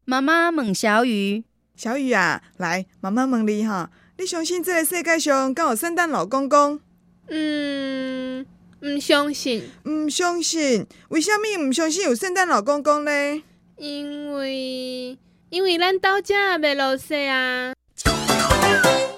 妈妈问小雨： 小雨啊，来，妈妈问你哈，你相信这个世界上敢有圣诞老公公？ 唔相信。 唔相信？为什么唔相信有圣诞老公公呢？ 因为咱到这也袂落雪啊。